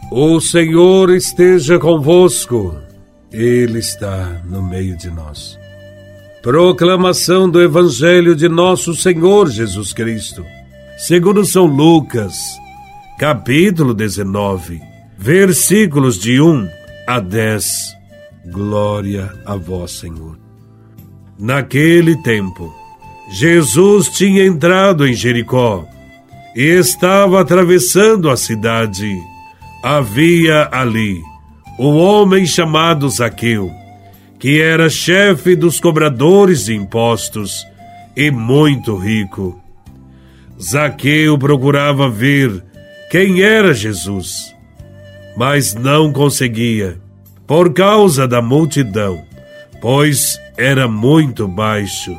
O Senhor esteja convosco. Ele está no meio de nós. Proclamação do Evangelho de nosso Senhor Jesus Cristo, segundo São Lucas, capítulo 19, versículos de 1 a 10. Glória a vós, Senhor. Naquele tempo, Jesus tinha entrado em Jericó e estava atravessando a cidade. Havia ali um homem chamado Zaqueu, que era chefe dos cobradores de impostos e muito rico. Zaqueu procurava ver quem era Jesus, mas não conseguia, por causa da multidão, pois era muito baixo.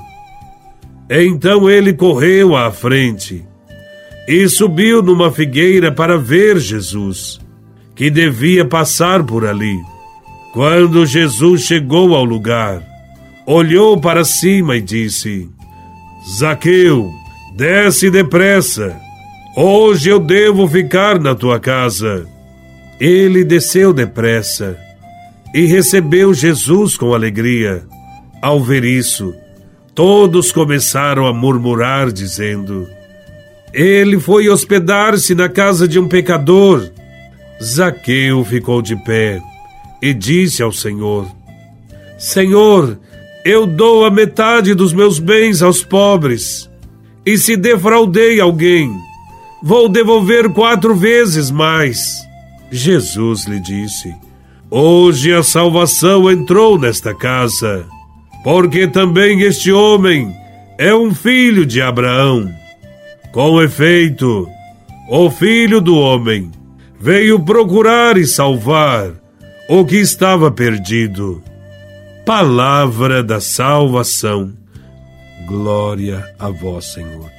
Então ele correu à frente e subiu numa figueira para ver Jesus, que devia passar por ali. Quando Jesus chegou ao lugar, olhou para cima e disse: Zaqueu, desce depressa, hoje eu devo ficar na tua casa. Ele desceu depressa e recebeu Jesus com alegria. Ao ver isso, todos começaram a murmurar, dizendo: ele foi hospedar-se na casa de um pecador. Zaqueu ficou de pé e disse ao Senhor: Senhor, eu dou a metade dos meus bens aos pobres, e se defraudei alguém, vou devolver 4 vezes mais. Jesus lhe disse: hoje a salvação entrou nesta casa, porque também este homem é um filho de Abraão. Com efeito, o Filho do Homem veio procurar e salvar o que estava perdido. Palavra da salvação. Glória a vós, Senhor.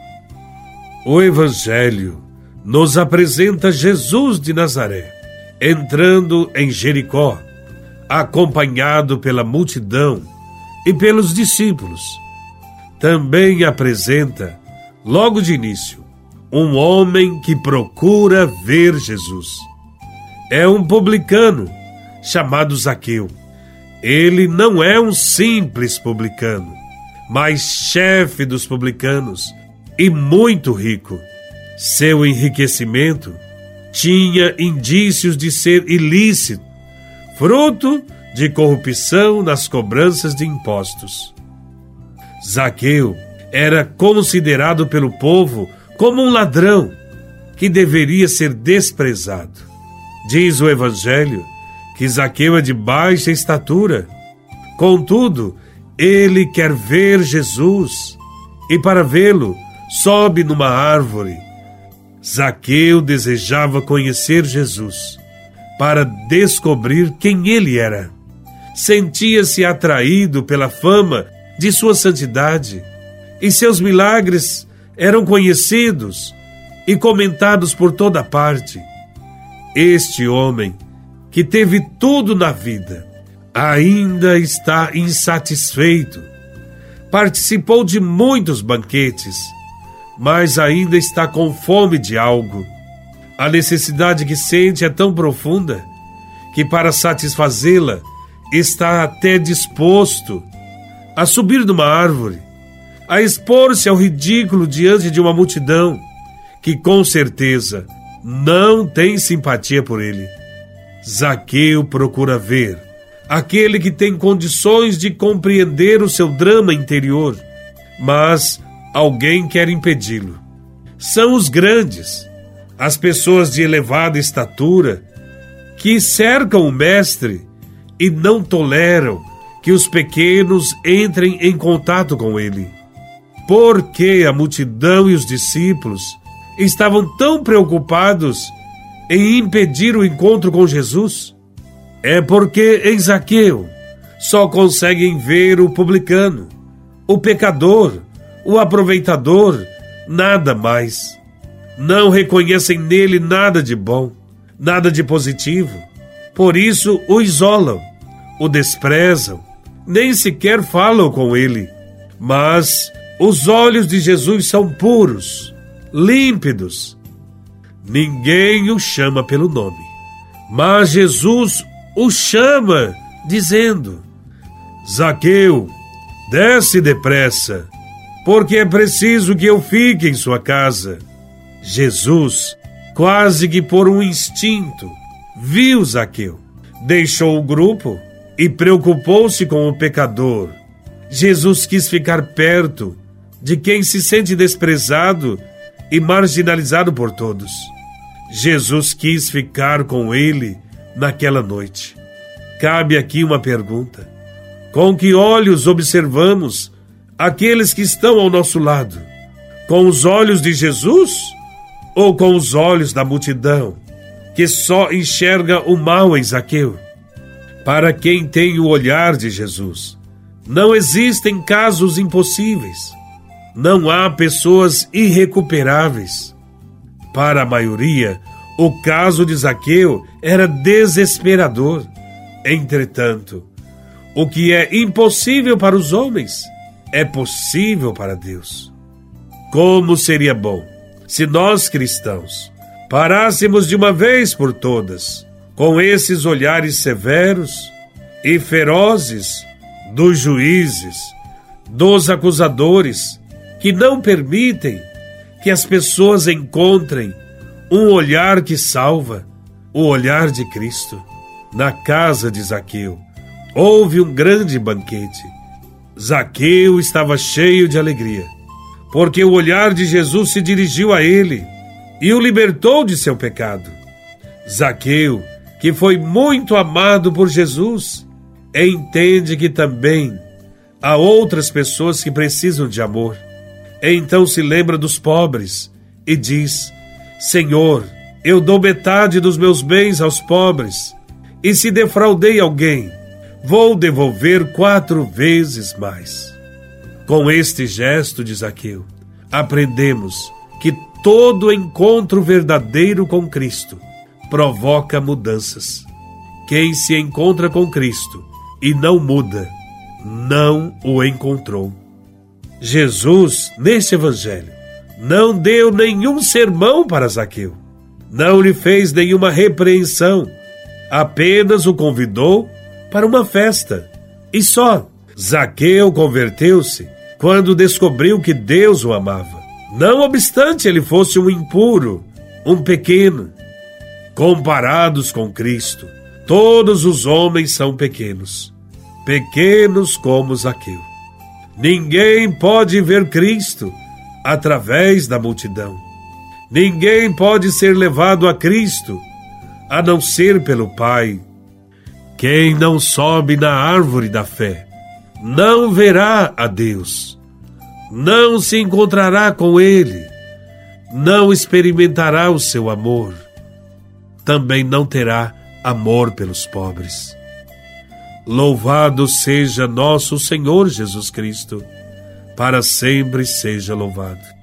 O Evangelho nos apresenta Jesus de Nazaré entrando em Jericó, acompanhado pela multidão e pelos discípulos. Também apresenta, logo de início, um homem que procura ver Jesus. É um publicano chamado Zaqueu. Ele não é um simples publicano, mas chefe dos publicanos e muito rico. Seu enriquecimento tinha indícios de ser ilícito, fruto de corrupção nas cobranças de impostos. Zaqueu era considerado pelo povo como um ladrão que deveria ser desprezado. Diz o Evangelho que Zaqueu é de baixa estatura. Contudo, ele quer ver Jesus e, para vê-lo, sobe numa árvore. Zaqueu desejava conhecer Jesus para descobrir quem ele era. Sentia-se atraído pela fama de sua santidade, e seus milagres eram conhecidos e comentados por toda parte. Este homem, que teve tudo na vida, ainda está insatisfeito. Participou de muitos banquetes, mas ainda está com fome de algo. A necessidade que sente é tão profunda que, para satisfazê-la, está até disposto a subir numa árvore, a expor-se ao ridículo diante de uma multidão que, com certeza, não tem simpatia por ele. Zaqueu procura ver aquele que tem condições de compreender o seu drama interior, mas alguém quer impedi-lo. São os grandes, as pessoas de elevada estatura, que cercam o mestre e não toleram que os pequenos entrem em contato com ele. Por que a multidão e os discípulos estavam tão preocupados em impedir o encontro com Jesus? É porque em Zaqueu só conseguem ver o publicano, o pecador, o aproveitador, nada mais. Não reconhecem nele nada de bom, nada de positivo. Por isso o isolam, o desprezam, nem sequer falam com ele. Mas os olhos de Jesus são puros, límpidos. Ninguém o chama pelo nome. Mas Jesus o chama, dizendo: Zaqueu, desce depressa, porque é preciso que eu fique em sua casa. Jesus, quase que por um instinto, viu Zaqueu, deixou o grupo e preocupou-se com o pecador. Jesus quis ficar perto de quem se sente desprezado e marginalizado por todos. Jesus quis ficar com ele naquela noite. Cabe aqui uma pergunta: com que olhos observamos aqueles que estão ao nosso lado? Com os olhos de Jesus ou com os olhos da multidão, que só enxerga o mal em Zaqueu? Para quem tem o olhar de Jesus, não existem casos impossíveis. Não há pessoas irrecuperáveis. Para a maioria, o caso de Zaqueu era desesperador. Entretanto, o que é impossível para os homens é possível para Deus. Como seria bom se nós cristãos parássemos de uma vez por todas com esses olhares severos e ferozes dos juízes, dos acusadores, que não permitem que as pessoas encontrem um olhar que salva, o olhar de Cristo. Na casa de Zaqueu houve um grande banquete. Zaqueu estava cheio de alegria, porque o olhar de Jesus se dirigiu a ele e o libertou de seu pecado. Zaqueu, que foi muito amado por Jesus, entende que também há outras pessoas que precisam de amor. Então se lembra dos pobres e diz: Senhor, eu dou metade dos meus bens aos pobres, e se defraudei alguém, vou devolver 4 vezes mais. Com este gesto de Zaqueu, aprendemos que todo encontro verdadeiro com Cristo provoca mudanças. Quem se encontra com Cristo e não muda, não o encontrou. Jesus, neste evangelho, não deu nenhum sermão para Zaqueu, não lhe fez nenhuma repreensão, apenas o convidou para uma festa. E só. Zaqueu converteu-se quando descobriu que Deus o amava, não obstante ele fosse um impuro, um pequeno. Comparados com Cristo, todos os homens são pequenos, pequenos como Zaqueu. Ninguém pode ver Cristo através da multidão. Ninguém pode ser levado a Cristo a não ser pelo Pai. Quem não sobe na árvore da fé não verá a Deus, não se encontrará com Ele, não experimentará o seu amor, também não terá amor pelos pobres. Louvado seja nosso Senhor Jesus Cristo, para sempre seja louvado.